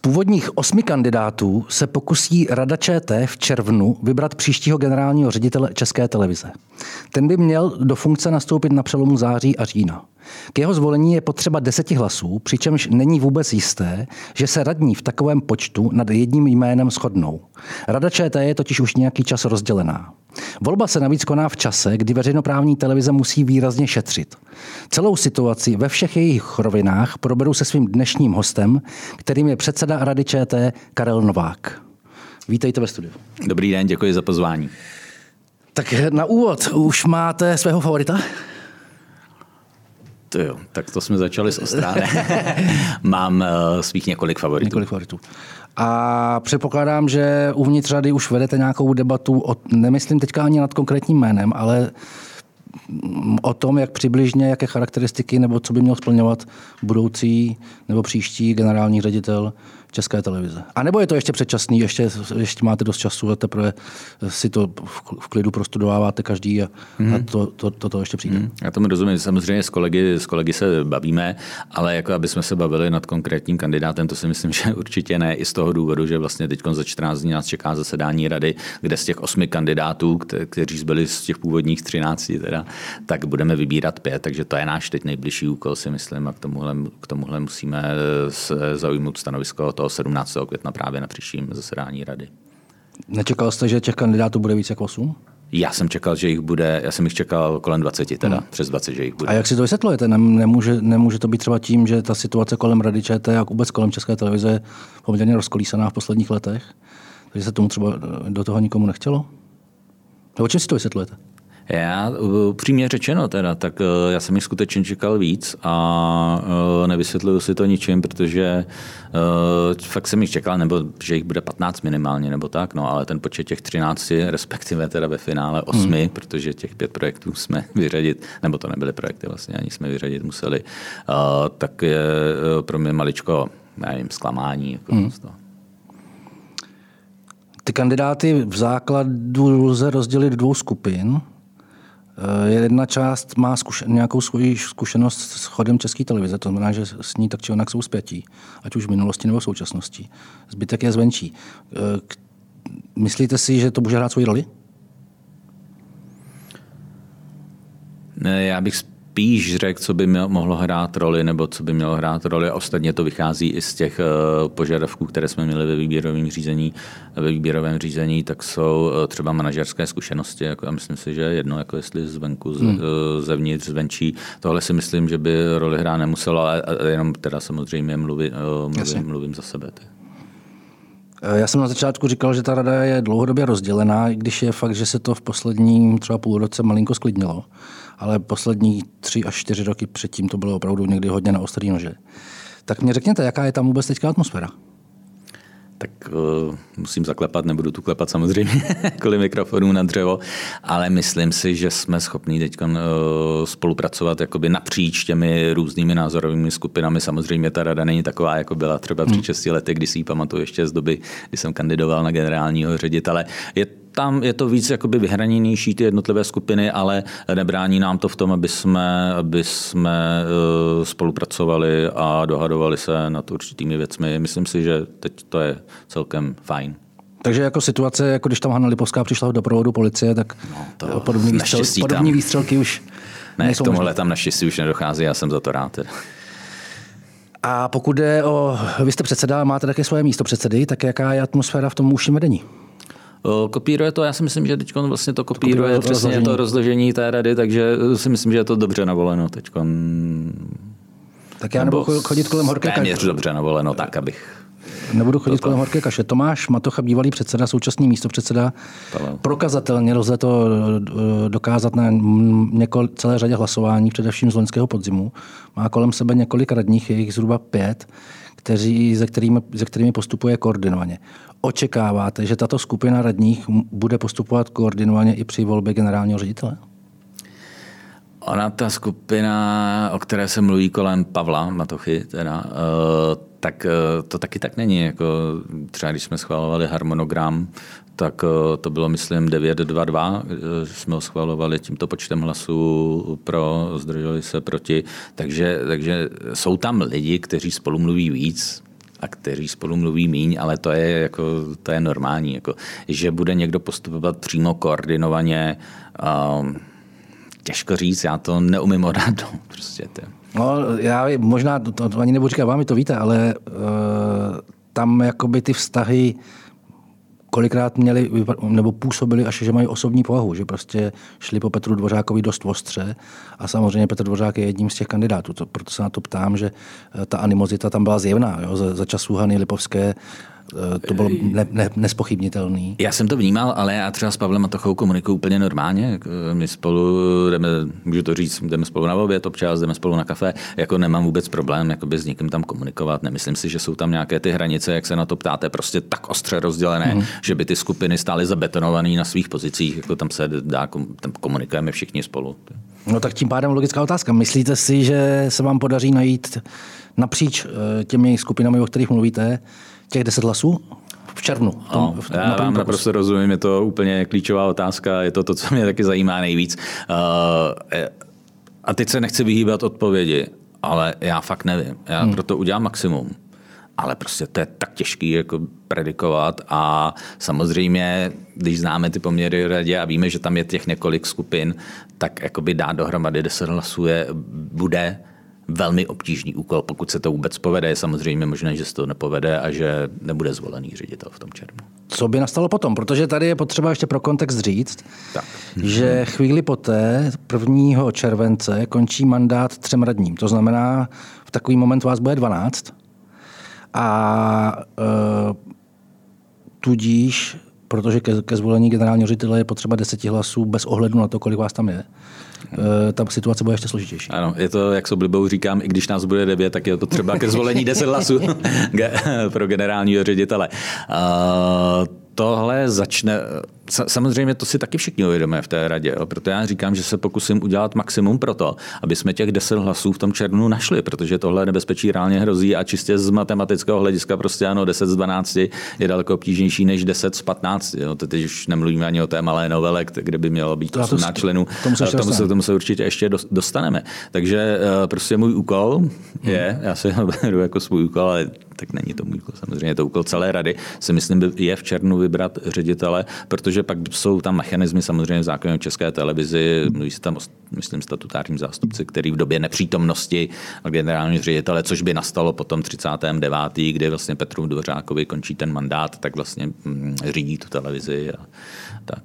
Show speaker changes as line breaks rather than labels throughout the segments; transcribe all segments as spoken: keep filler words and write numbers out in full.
původních osmi kandidátů se pokusí Rada ČT v červnu vybrat příštího generálního ředitele České televize. Ten by měl do funkce nastoupit na přelomu září a října. K jeho zvolení je potřeba deseti hlasů, přičemž není vůbec jisté, že se radní v takovém počtu nad jedním jménem shodnou. Rada ČT je totiž už nějaký čas rozdělená. Volba se navíc koná v čase, kdy veřejnoprávní televize musí výrazně šetřit. Celou situaci ve všech jejich rovinách proberu se svým dnešním hostem, kterým je předseda Rady ČT Karel Novák. Vítejte ve studiu.
Dobrý den, děkuji za pozvání.
Tak na úvod, už máte svého favorita?
To jo, tak to jsme začali s Ostránem. Mám uh, svých několik favoritů.
Několik favoritů. A předpokládám, že uvnitř rady už vedete nějakou debatu, o, nemyslím teďka ani nad konkrétním jménem, ale o tom, jak přibližně, jaké charakteristiky nebo co by měl splňovat budoucí nebo příští generální ředitel České televize. A nebo je to ještě předčasný, ještě, ještě máte dost času a teprve si to v klidu prostudováváte každý a, mm. a to, to, to, to ještě přijde. Mm.
Já tomu rozumím, samozřejmě s kolegy, s kolegy se bavíme, ale jako aby jsme se bavili nad konkrétním kandidátem, to si myslím, že určitě ne, i z toho důvodu, že vlastně teď za čtrnáct dní nás čeká zasedání rady, kde z těch osmi kandidátů, kte- kteří zbyli z těch původních třinácti, teda, tak budeme vybírat pět, takže to je náš teď nejbližší úkol, si myslím, a k tomuhle, k tomuhle musíme zaujmout stanovisko toho sedmnáctého května právě na příštím zasedání rady.
Nečekal jste, že těch kandidátů bude víc jak osm?
Já jsem čekal, že jich bude, já jsem jich čekal kolem dvaceti, teda hmm. přes dvacet, že jich bude.
A jak si to vysvětlujete? Nemůže, nemůže to být třeba tím, že ta situace kolem Rady ČT a vůbec kolem České televize je poměrně rozkolísaná v posledních letech? Takže se tomu třeba do toho nikomu nechtělo? Nebo čím si to vysvětlujete?
Já upřímně řečeno teda, tak já jsem jich skutečně čekal víc a nevysvětluju si to ničím, protože fakt jsem jich čekal, nebo že jich bude patnáct minimálně, nebo tak, no, ale ten počet těch třinácti, respektive teda ve finále osmi, hmm. protože těch pět projektů jsme vyřadit, nebo to nebyly projekty vlastně, ani jsme vyřadit museli, tak je pro mě maličko, nevím, zklamání. Jako hmm.
Ty kandidáty v základu lze rozdělit do dvou skupin. Jedna část má zkuš- nějakou svoji zkušenost s chodem České televize, to znamená, že s ní tak či onak jsou spjatí, ať už v minulosti nebo v současnosti. Zbytek je zvenčí. Myslíte si, že to může hrát svoji roli?
Ne, já bych spíš řekl, co by mohlo hrát roli, nebo co by mělo hrát roli. A ostatně to vychází i z těch požadavků, které jsme měli ve výběrovém řízení. Ve výběrovém řízení tak jsou třeba manažerské zkušenosti. Jako já myslím si, že jedno, jako jestli zvenku, hmm. zevnitř, zvenčí. Tohle si myslím, že by roli hrát nemuselo, ale jenom teda samozřejmě mluvím, mluvím, mluvím za sebe.
Já jsem na začátku říkal, že ta rada je dlouhodobě rozdělená, i když je fakt, že se to v posledním třeba půl roce malinko sklidnilo. Ale poslední tři až čtyři roky předtím to bylo opravdu někdy hodně na ostrý nože. Tak mě řekněte, jaká je tam vůbec teďka atmosféra?
Tak uh, musím zaklepat, nebudu tu klepat samozřejmě kvůli mikrofonu na dřevo, ale myslím si, že jsme schopni teď uh, spolupracovat jakoby napříč těmi různými názorovými skupinami. Samozřejmě ta rada není taková, jako byla třeba před šesti lety, kdy si ji pamatuju ještě z doby, kdy jsem kandidoval na generálního ředitele. Je Tam je to víc jakoby vyhraněnější ty jednotlivé skupiny, ale nebrání nám to v tom, aby jsme, aby jsme uh, spolupracovali a dohadovali se nad určitými věcmi. Myslím si, že teď to je celkem fajn. Takže jako situace, jako když tam Hana Lipovská přišla v doprovodu policie, tak no, podobné výstřel, podobný výstřelky už ne, nejsou. Ne, k tomuhle tam naštěstí už nedochází, já jsem za to rád. A pokud jde o, vy jste předseda, máte také svoje místo předsedy, tak jaká je atmosféra v tom užším vedení? Kopíruje to, já si myslím, že teď vlastně to kopíruje to přesně rozložení. to rozložení té rady, takže si myslím, že je to dobře navoleno teď.
Tak já nebudu chodit kolem horké kaše.
Téměř dobře navoleno, tak abych...
Nebudu chodit to kolem horké kaše. Tomáš Matocha, bývalý předseda, současný místopředseda. Prokazatelně lze to dokázat na několik, celé řadě hlasování, především z loňského podzimu. Má kolem sebe několik radních, je jich zhruba pět, kteří, se, kterými, se kterými postupuje koordinovaně. Očekáváte, že tato skupina radních bude postupovat koordinovaně i při volbě generálního ředitele?
Ona, ta skupina, o které se mluví kolem Pavla Matochy, teda, tak to taky tak není. Jako třeba když jsme schvalovali harmonogram, tak to bylo, myslím, devět dva dva, jsme ho schvalovali tímto počtem hlasů pro, zdrželi se proti. Takže, takže jsou tam lidi, kteří spolu mluví víc, a kteří spolu mluví míň, ale to je, jako, to je normální. Jako, že bude někdo postupovat přímo koordinovaně, um, těžko říct, já to neumím odhadnout. Prostě to.
No, já možná, to, to ani nebudu říkat vám, vy to víte, ale uh, tam jakoby ty vztahy kolikrát měli, nebo působili až, že mají osobní povahu, že prostě šli po Petru Dvořákovi dost ostře a samozřejmě Petr Dvořák je jedním z těch kandidátů. To, proto se na to ptám, že ta animozita tam byla zjevná. Jo? Za, za časů Hany Lipovské to bylo ne, ne, nespochybnitelný.
Já jsem to vnímal, ale já třeba s Pavlem Matochou komunikuju úplně normálně. My spolu jdeme, můžu to říct, jdeme spolu na oběd občas, jdeme spolu na kafe. Jako nemám vůbec problém jakoby s někým tam komunikovat. Nemyslím si, že jsou tam nějaké ty hranice, jak se na to ptáte, prostě tak ostře rozdělené, mm. že by ty skupiny stály zabetonované na svých pozicích. Jako tam se dá, tam komunikujeme všichni spolu.
No tak tím pádem logická otázka. Myslíte si, že se vám podaří najít napříč těmi skupinami, o kterých mluvíte, těch deset hlasů v červnu? V tom,
no,
v tom,
já vám naprosto rozumím, je to úplně klíčová otázka, je to to, co mě taky zajímá nejvíc. Uh, a teď se nechci vyhýbat odpovědi, ale já fakt nevím. Já hmm. proto udělám maximum. Ale prostě to je tak těžký jako predikovat a samozřejmě, když známe ty poměry v radě a víme, že tam je těch několik skupin, tak jakoby dát dohromady deset hlasů je, bude velmi obtížný úkol, pokud se to vůbec povede. Je samozřejmě možné, že se to nepovede a že nebude zvolený ředitel v tom červnu.
Co by nastalo potom? Protože tady je potřeba ještě pro kontext říct, tak. že chvíli poté, prvního července, končí mandát třem radním. To znamená, v takový moment vás bude dvanáct a e, tudíž, protože ke, ke zvolení generálního ředitele je potřeba deseti hlasů bez ohledu na to, kolik vás tam je, ta situace bude ještě složitější.
Ano, je to, jak s oblibou říkám, i když nás bude devět, tak je to třeba ke zvolení deset hlasů pro generálního ředitele. Uh, tohle začne, samozřejmě to si taky všichni uvědomíme v té radě, jo? Proto já říkám, že se pokusím udělat maximum pro to, aby jsme těch deset hlasů v tom červnu našli, protože tohle nebezpečí reálně hrozí a čistě z matematického hlediska prostě ano, deset z dvanácti je daleko obtížnější než deset z patnácti. Jo? Teď už nemluvíme ani o té malé novele, kde by mělo být osmnáct členů.
Tomu se,
tomu, se, tomu se určitě ještě dostaneme. Takže prostě můj úkol je, já si ho beru jako svůj úkol, ale tak není to můj úkol, samozřejmě je to úkol celé rady, si myslím, je v červnu vybrat ředitele, protože pak jsou tam mechanismy samozřejmě v zákoně o České televizi, mluví se tam o, myslím, statutárním zástupci, který v době nepřítomnosti generálního ředitele, což by nastalo potom třicátého devátého kdy vlastně Petru Dvořákovi končí ten mandát, tak vlastně hm, řídí tu televizi a tak.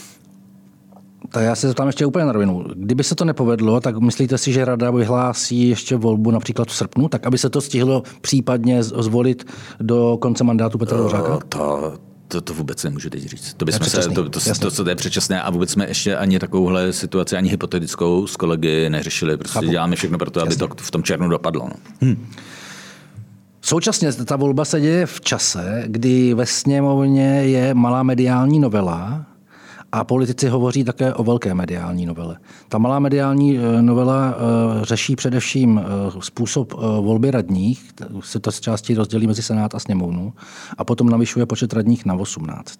Tak já se zeptám ještě úplně na rovinu. Kdyby se to nepovedlo, tak myslíte si, že rada vyhlásí ještě volbu například v srpnu, tak aby se to stihlo případně zvolit do konce mandátu Petra Dvořáka?
To, to, to vůbec nemůžu teď říct. To, bychom se, to, to, to, to, to je předčasné a vůbec jsme ještě ani takovouhle situaci, ani hypotetickou s kolegy neřešili. Prostě Chápu. Děláme všechno pro to, aby Jasně. to v tom červnu dopadlo. No. Hm.
Současně ta volba se děje v čase, kdy ve sněmovně je malá mediální novela, a politici hovoří také o velké mediální novele. Ta malá mediální novela řeší především způsob volby radních, se to z části rozdělí mezi Senát a sněmovnu, a potom navyšuje počet radních na osmnáct.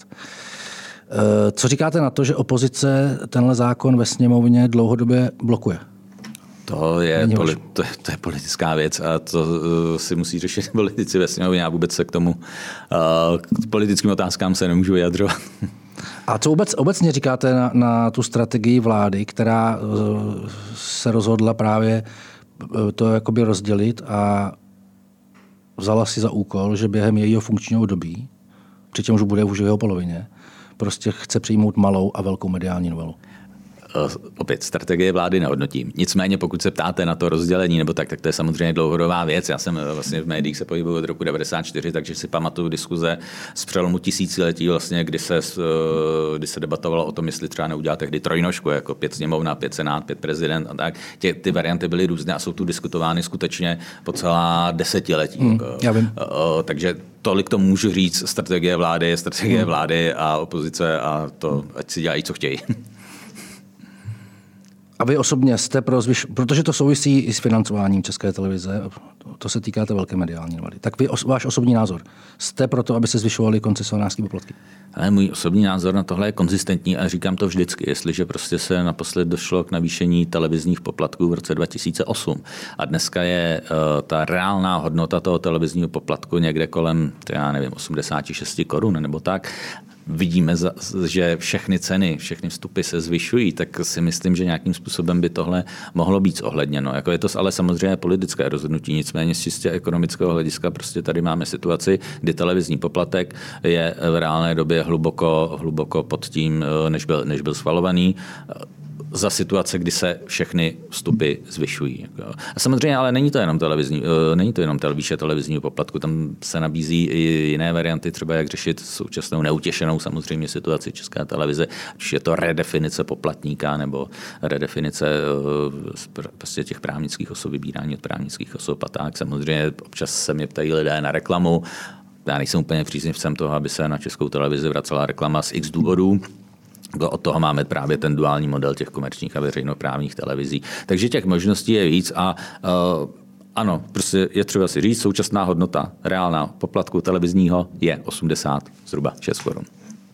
Co říkáte na to, že opozice tenhle zákon ve sněmovně dlouhodobě blokuje?
To je, poli, to, je, to je politická věc a to uh, si musí řešit politici ve sněmovně. Já vůbec se k tomu uh, k politickým otázkám se nemůžu vyjadřovat.
A co obec, obecně říkáte na, na tu strategii vlády, která uh, se rozhodla právě to jakoby rozdělit a vzala si za úkol, že během jejího funkčního období, přičemž bude už v jeho polovině, prostě chce přijmout malou a velkou mediální novelu?
Opět, strategie vlády nehodnotím. Nicméně, pokud se ptáte na to rozdělení, nebo tak, tak to je samozřejmě dlouhodobá věc. Já jsem vlastně v médiích se pohybuji od roku devadesát čtyři, takže si pamatuju diskuze z přelomu tisíciletí, vlastně, kdy se, kdy se debatovalo o tom, jestli třeba neudělat tehdy trojnožku, jako pět sněmovna, pět senát, pět prezident a tak. Tě, ty varianty byly různé a jsou tu diskutovány skutečně po celá desetiletí.
Hmm, já vím.
Takže tolik to můžu říct. Strategie vlády je strategie hmm. vlády a opozice a to, ať si dělají, co chtějí.
A vy osobně jste pro zvyš... protože to souvisí i s financováním České televize, to se týká té velké mediální novely. Tak vy, os, váš osobní názor, jste pro to, aby se zvyšovaly koncesionářské poplatky?
Ale můj osobní názor na tohle je konzistentní a říkám to vždycky. Jestliže prostě se naposled došlo k navýšení televizních poplatků v roce dva tisíce osm a dneska je uh, ta reálná hodnota toho televizního poplatku někde kolem, já nevím, osmdesát šest korun nebo tak, vidíme, že všechny ceny, všechny vstupy se zvyšují, tak si myslím, že nějakým způsobem by tohle mohlo být zohledněno. Jako je to ale samozřejmě politické rozhodnutí, nicméně z čistě ekonomického hlediska prostě tady máme situaci, kdy televizní poplatek je v reálné době hluboko, hluboko pod tím, než byl, než byl schvalovaný, za situace, kdy se všechny vstupy zvyšují. A samozřejmě, ale není to jenom televizní, není to jenom výše televizního poplatku, tam se nabízí i jiné varianty, třeba jak řešit současnou neutěšenou samozřejmě situaci České televize, ať je to redefinice poplatníka nebo redefinice prostě těch právnických osob, vybírání od právnických osob a tak. Samozřejmě občas se mě ptají lidé na reklamu. Já nejsem úplně příznivcem toho, aby se na Českou televizi vracela reklama z x důvodů. Od toho máme právě ten duální model těch komerčních a veřejnoprávních televizí. Takže těch možností je víc a uh, ano, prostě je třeba si říct, současná hodnota reálná poplatku televizního je osmdesát, zhruba šest korun.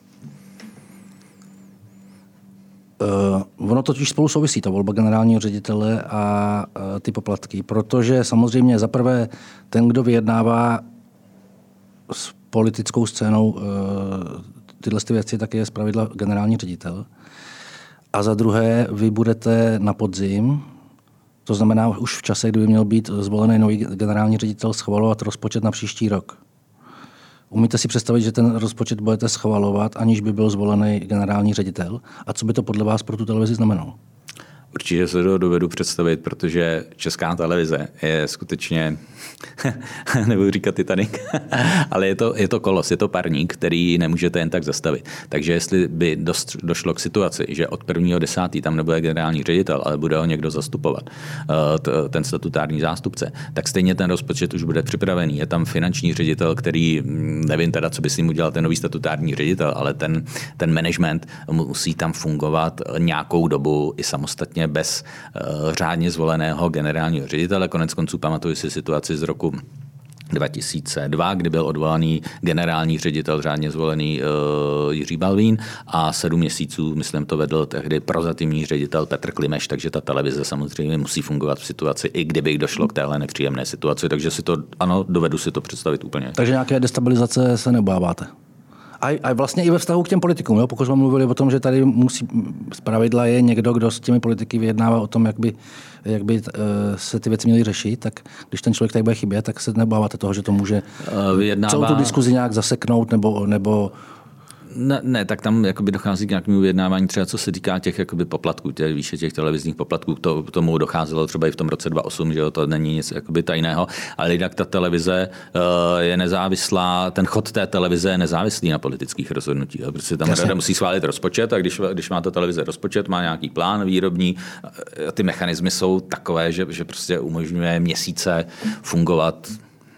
Uh, ono totiž spolu souvisí, ta volba generálního ředitele a uh, ty poplatky, protože samozřejmě zaprvé ten, kdo vyjednává s politickou scénou uh, tyhle ty věci, tak je zpravidla generální ředitel. A za druhé, vy budete na podzim, to znamená už v čase, kdy by měl být zvolený nový generální ředitel, schvalovat rozpočet na příští rok. Umíte si představit, že ten rozpočet budete schvalovat, aniž by byl zvolený generální ředitel? A co by to podle vás pro tu televizi znamenalo?
Určitě se to dovedu představit, protože Česká televize je skutečně, nebudu říkat Titanic, ale je to, je to kolos, je to parník, který nemůžete jen tak zastavit. Takže jestli by dost, došlo k situaci, že od prvního desátého tam nebude generální ředitel, ale bude ho někdo zastupovat, ten statutární zástupce, tak stejně ten rozpočet už bude připravený. Je tam finanční ředitel, který, nevím teda, co by s ním udělal ten nový statutární ředitel, ale ten, ten management musí tam fungovat nějakou dobu i samostatně bez uh, řádně zvoleného generálního ředitele. Konec konců pamatuju si situaci z roku dva tisíce dva, kdy byl odvolaný generální ředitel, řádně zvolený uh, Jiří Balvín a sedm měsíců, myslím, to vedl tehdy prozatímní ředitel Petr Klimeš, takže ta televize samozřejmě musí fungovat v situaci, i kdyby došlo k téhle nepříjemné situaci, takže si to, ano, dovedu si to představit úplně.
Takže nějaké destabilizace se neobáváte? A, a vlastně i ve vztahu k těm politikům, jo? Pokud jsme mluvili o tom, že tady musí, zpravidla je někdo, kdo s těmi politiky vyjednává o tom, jak by, jak by uh, se ty věci měly řešit, tak když ten člověk tady bude chybět, tak se nebáváte toho, že to může vyjednává... celou tu diskuzi nějak zaseknout nebo... nebo...
Ne, ne, tak tam jakoby dochází k nějakému vyjednávání, třeba co se týká těch jakoby poplatků, těch, výše těch televizních poplatků, to, k tomu docházelo třeba i v tom roce dva tisíce osm, že jo, to není nic jakoby tajného, ale jinak ta televize uh, je nezávislá, ten chod té televize je nezávislý na politických rozhodnutích. Protože tam rada musí schválit rozpočet a když, když má ta televize rozpočet, má nějaký plán výrobní, ty mechanismy jsou takové, že, že prostě umožňuje měsíce fungovat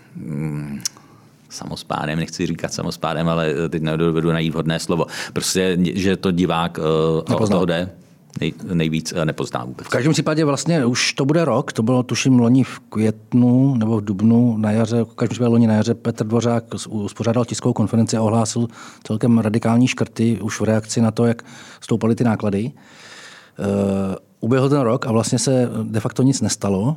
hmm, samospádem, nechci říkat samospádem, ale teď nedovedu najít vhodné slovo. Prostě, že to divák uh, od toho jde nej, nejvíc nepozná vůbec.
V každém případě vlastně už to bude rok, to bylo tuším loni v květnu nebo v dubnu na jaře, v každém případě loni na jaře Petr Dvořák uspořádal tiskovou konferenci a ohlásil celkem radikální škrty už v reakci na to, jak stoupaly ty náklady. Uh, uběhl ten rok a vlastně se de facto nic nestalo.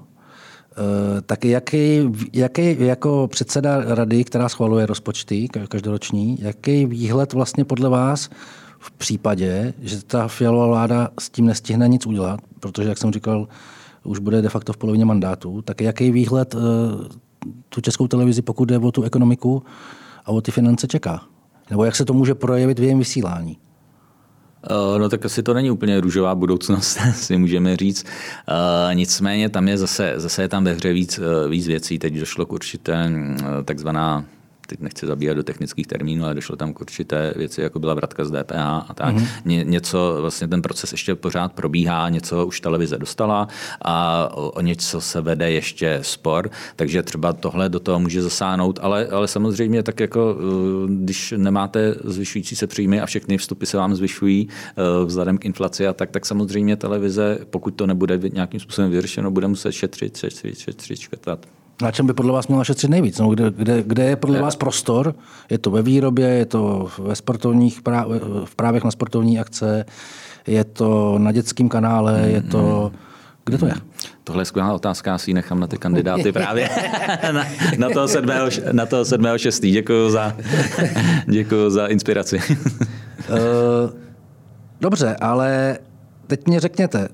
Uh, tak jaký, jaký jako předseda rady, která schvaluje rozpočty každoroční, jaký výhled vlastně podle vás v případě, že ta Fialová vláda s tím nestihne nic udělat, protože, jak jsem říkal, už bude de facto v polovině mandátu, tak jaký výhled uh, tu Českou televizi, pokud jde o tu ekonomiku a o ty finance, čeká? Nebo jak se to může projevit v jejím vysílání?
No tak asi to není úplně růžová budoucnost, si můžeme říct. Uh, nicméně tam je zase, zase je tam ve hře víc, víc věcí. Teď došlo k určité takzvaná teď nechci zabíhat do technických termínů, ale došlo tam k určité věci, jako byla vratka z D P H a tak. Mm-hmm. Ně, něco, vlastně ten proces ještě pořád probíhá, něco už televize dostala a o, o něco se vede ještě spor, takže třeba tohle do toho může zasáhnout, ale, ale samozřejmě tak jako, když nemáte zvyšující se příjmy a všechny vstupy se vám zvyšují vzhledem k inflaci a tak, tak samozřejmě televize, pokud to nebude nějakým způsobem vyřešeno, bude muset šetřit, šetřit, šetřit, škrtat.
Na čem by podle vás měla šetřit nejvíc? No, kde, kde, kde je podle vás prostor? Je to ve výrobě, je to ve sportovních práv, v právech na sportovní akce, je to na dětském kanále, je to... Kde to je?
Tohle je skvělá otázka, já si ji nechám na ty kandidáty právě na, na toho sedmého, na toho sedmého šestý. Děkuju za, děkuju za inspiraci.
Dobře, ale teď mě řekněte,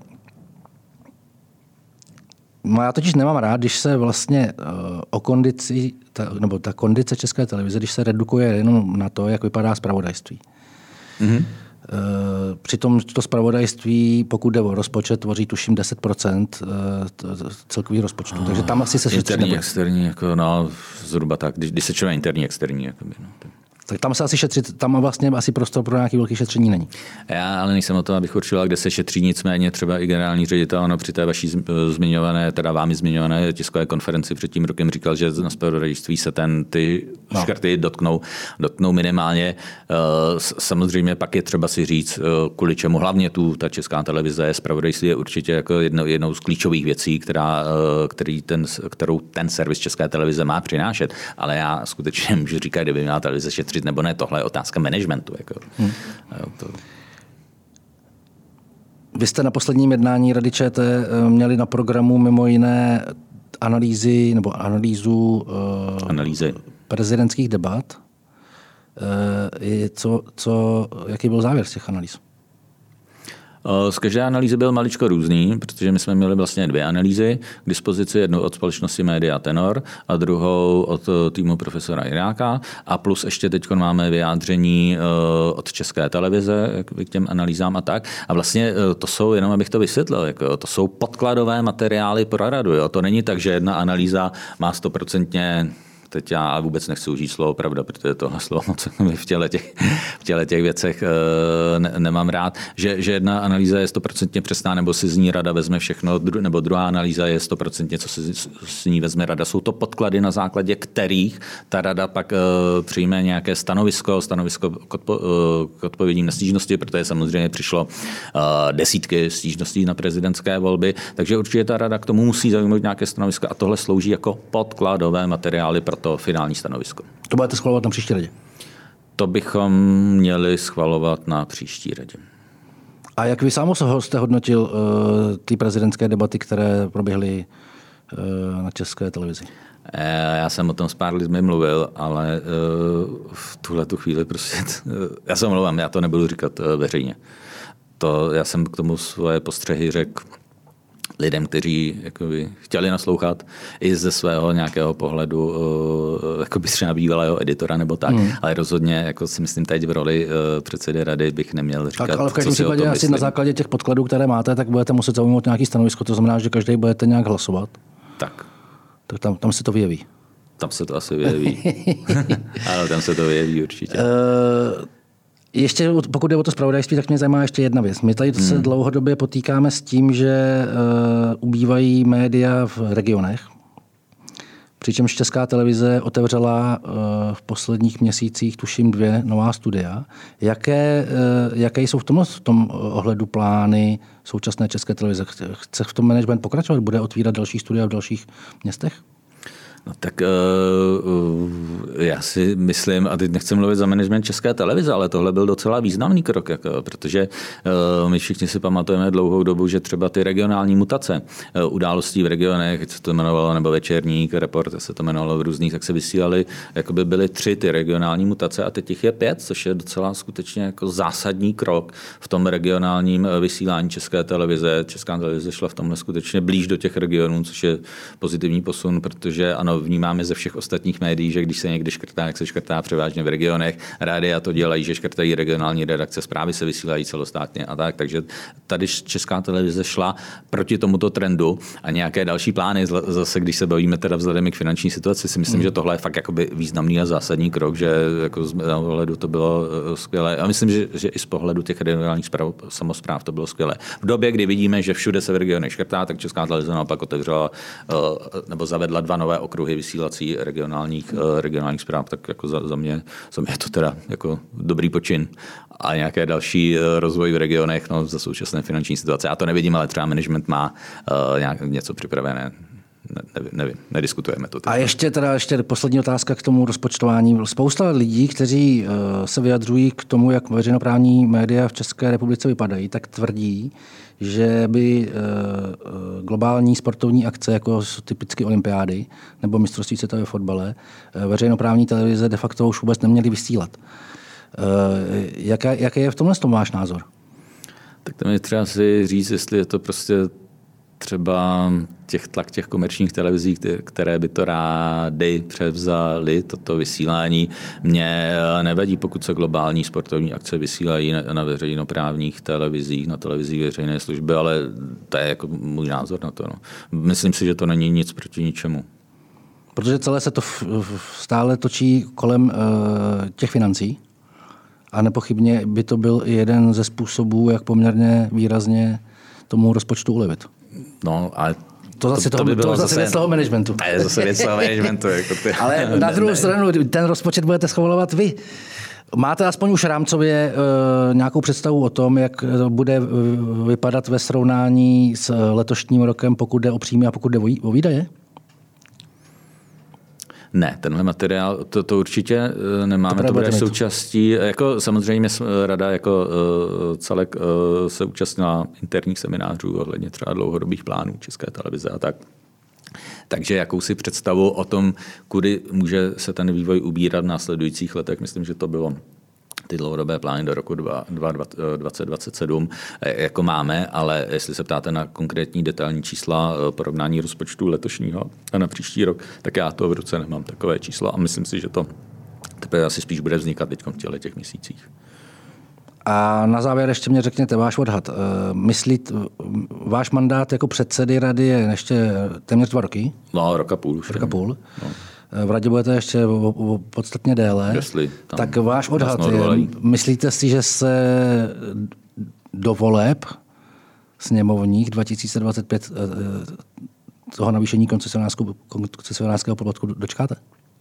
já totiž nemám rád, když se vlastně o kondici, ta, nebo ta kondice České televize, když se redukuje jenom na to, jak vypadá zpravodajství. Mm-hmm. Přitom to zpravodajství, pokud jde o rozpočet, tvoří tuším deset procent celkových rozpočtu. Oh, takže tam asi se šetří.
Interní, externí, jako, no, zhruba tak, když, když se člověk interní, externí. Jakoby, no.
Tak tam se asi šetřit, tam vlastně asi prostor pro nějaké velké šetření není.
Já ale nejsem o tom, abych určila, kde se šetří, nicméně třeba i generální ředitel, ano, při té vaší zmiňované, teda vámi zmiňované tiskové konferenci před tím rokem říkal, že na zpravodajství se ten, ty no. škrty dotknou, dotknou minimálně. Samozřejmě pak je třeba si říct, kvůli čemu hlavně tu ta Česká televize, zpravodajství je určitě jako jedno, jednou z klíčových věcí, která, který ten, kterou ten servis České televize má přinášet. Ale já skutečně můžu říkat, kdyby měla televize šetřit nebo ne, tohle je otázka managementu. Jako. Hmm. To...
Vy jste na posledním jednání Rady ČT měli na programu mimo jiné analýzy nebo analýzu
Analýzy.
prezidentských debat. Co, co, jaký byl závěr z těch analýz?
Z každé analýzy byl maličko různý, protože my jsme měli vlastně dvě analýzy k dispozici, jednu od společnosti Media Tenor a druhou od týmu profesora Jiráka a plus ještě teď máme vyjádření od České televize k těm analýzám a tak. A vlastně to jsou, jenom abych to vysvětlil, jako, to jsou podkladové materiály pro radu. Jo? To není tak, že jedna analýza má stoprocentně teď já vůbec nechci užít slovo pravda, protože tohle slovo moc v těle těch, v těle těch věcech ne, nemám rád, že, že jedna analýza je stoprocentně přesná, nebo si z ní rada vezme všechno, nebo druhá analýza je stoprocentně, co si z ní vezme rada. Jsou to podklady, na základě kterých ta rada pak uh, přijme nějaké stanovisko, stanovisko k, odpo, uh, k odpovědím na stížnosti, protože samozřejmě přišlo uh, desítky stížností na prezidentské volby, takže určitě ta rada k tomu musí zaujmout nějaké stanovisko a tohle slouží jako podkladové materiály pro to finální stanovisko.
To budete schvalovat na příští radě?
To bychom měli schvalovat na příští radě.
A jak vy sám jste hodnotil uh, ty prezidentské debaty, které proběhly uh, na České televizi?
Já jsem o tom s pár lidmi mluvil, ale uh, v tuhle tu chvíli prostě, uh, já se omlouvám, já to nebudu říkat uh, veřejně. To, já jsem k tomu svoje postřehy řekl lidem, kteří jakoby, chtěli naslouchat i ze svého nějakého pohledu jakoby třeba bývalého editora nebo tak, hmm. ale rozhodně jako si myslím teď v roli uh, předsedy rady bych neměl říkat,
tak, ale v každém
co si
případě
o tom
asi
myslím.
Na základě těch podkladů, které máte, tak budete muset zaujmout nějaký stanovisko, to znamená, že každý budete nějak hlasovat.
Tak.
Tak tam, tam se to vyjeví.
Tam se to asi vyjeví. Ale tam se to vyjeví určitě. Uh...
Ještě pokud jde o to zpravodajství, tak mě zajímá ještě jedna věc. My tady se hmm. dlouhodobě potýkáme s tím, že uh, ubývají média v regionech. Přičemž Česká televize otevřela uh, v posledních měsících tuším dvě nová studia. Jaké, uh, jaké jsou v tom, v tom ohledu plány současné České televize? Chce v tom management pokračovat? Bude otvírat další studia v dalších městech?
No tak uh, já si myslím, a teď nechci mluvit za management České televize, ale tohle byl docela významný krok, jako, protože uh, my všichni si pamatujeme dlouhou dobu, že třeba ty regionální mutace uh, událostí v regionech, jak se to jmenovalo, nebo Večerník, Report, se to jmenovalo v různých, tak se vysílali, jakoby byly tři ty regionální mutace a teď jich je pět, což je docela skutečně jako zásadní krok v tom regionálním vysílání České televize. Česká televize šla v tomhle skutečně blíž do těch regionů, což je pozitivní posun, protože ano, vnímáme ze všech ostatních médií, že když se někde škrtá, tak se škrtá převážně v regionech. Rádia to dělají, že škrtají regionální redakce, zprávy se vysílají celostátně a tak. Takže tady Česká televize šla proti tomuto trendu a nějaké další plány, zase když se bavíme teda vzhledem k finanční situaci, si myslím, hmm. že tohle je fakt jakoby významný a zásadní krok, že jako z pohledu to bylo skvělé. A myslím, že, že i z pohledu těch regionálních správ, samospráv to bylo skvělé. V době, kdy vidíme, že všude se v regionech škrtá, tak Česká televize naopak otevřela nebo zavedla dva nové okruhy vysílací regionálních, regionálních zpráv, tak jako za, za, mě, za mě je to teda jako dobrý počin. A nějaké další rozvoj v regionech, no za současné finanční situace. Já to nevidím, ale třeba management má uh, nějak, něco připravené. Ne, nevím, nevím, nediskutujeme to. Teď.
A ještě teda ještě poslední otázka k tomu rozpočtování. Spousta lidí, kteří uh, se vyjadřují k tomu, jak veřejnoprávní média v České republice vypadají, tak tvrdí, že by uh, globální sportovní akce, jako typicky olympiády nebo mistrovství světa ve fotbale, uh, veřejnoprávní televize de facto už vůbec neměly vysílat. Uh, jaká, jaký je v tomhle tom váš názor?
Tak tam je třeba si říct, jestli je to prostě třeba těch tlak těch komerčních televizí, které by to rády převzaly, toto vysílání. Mě nevadí, pokud se globální sportovní akce vysílají na veřejnoprávních televizích, na televizích veřejné služby, ale to je jako můj názor na to. No. Myslím si, že to není nic proti ničemu.
Protože celé se to stále točí kolem uh, těch financí a nepochybně by to byl i jeden ze způsobů, jak poměrně výrazně tomu rozpočtu ulevit.
No, ale
to zase,
to,
toho,
to by bylo
to zase věc toho managementu.
To je zase věc toho managementu. Jako ty,
ale na druhou ne, stranu, ten rozpočet budete schvalovat vy. Máte aspoň už rámcově uh, nějakou představu o tom, jak bude vypadat ve srovnání s letošním rokem, pokud jde o příjmy a pokud jde o výdaje?
Ne, tenhle materiál, to, to určitě nemáme, to bude součástí, jako samozřejmě rada jako uh, celek uh, se účastnila interních seminářů ohledně třeba dlouhodobých plánů České televize a tak. Takže jakousi představu o tom, kudy může se ten vývoj ubírat v následujících letech, myslím, že to bylo ty dlouhodobé plány do roku dvacet dvacet sedm jako máme, ale jestli se ptáte na konkrétní detailní čísla porovnání rozpočtu letošního a na příští rok, tak já to v ruce nemám takové číslo a myslím si, že to teprve asi spíš bude vznikat teď v těch měsících.
A na závěr ještě mě řekněte váš odhad. Myslí, váš mandát jako předsedy rady je ještě téměř dva roky?
No, roka půl už.
Roka půl. No. V radě budete ještě podstatně déle.
Jestli
tak váš odhad je, myslíte si, že se do voleb sněmovních dva tisíce dvacet pět toho navýšení koncesionářského poplatku dočkáte?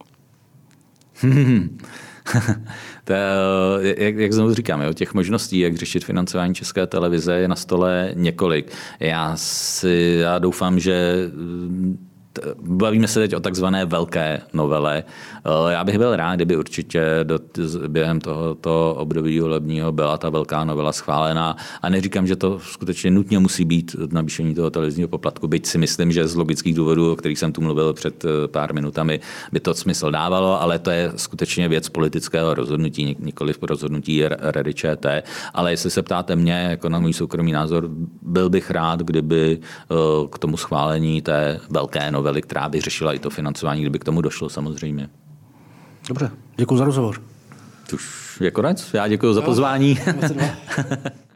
To je, jak, jak znovu říkám, jo, těch možností, jak řešit financování České televize, je na stole několik. Já, si, já doufám, že bavíme se teď o takzvané velké novele. Já bych byl rád, kdyby určitě do, během tohoto období volebního byla ta velká novela schválená. A neříkám, že to skutečně nutně musí být navýšení toho televizního poplatku, byť si myslím, že z logických důvodů, o kterých jsem tu mluvil před pár minutami, by to smysl dávalo, ale to je skutečně věc politického rozhodnutí, nikoliv rozhodnutí Rady ČT. Ale jestli se ptáte mě, jako na můj soukromý názor, byl bych rád, kdyby k tomu schválení té velké novely, která by řešila i to financování, kdyby k tomu došlo samozřejmě.
Dobře, děkuji za rozhovor.
Už je konec. Já děkuji za pozvání.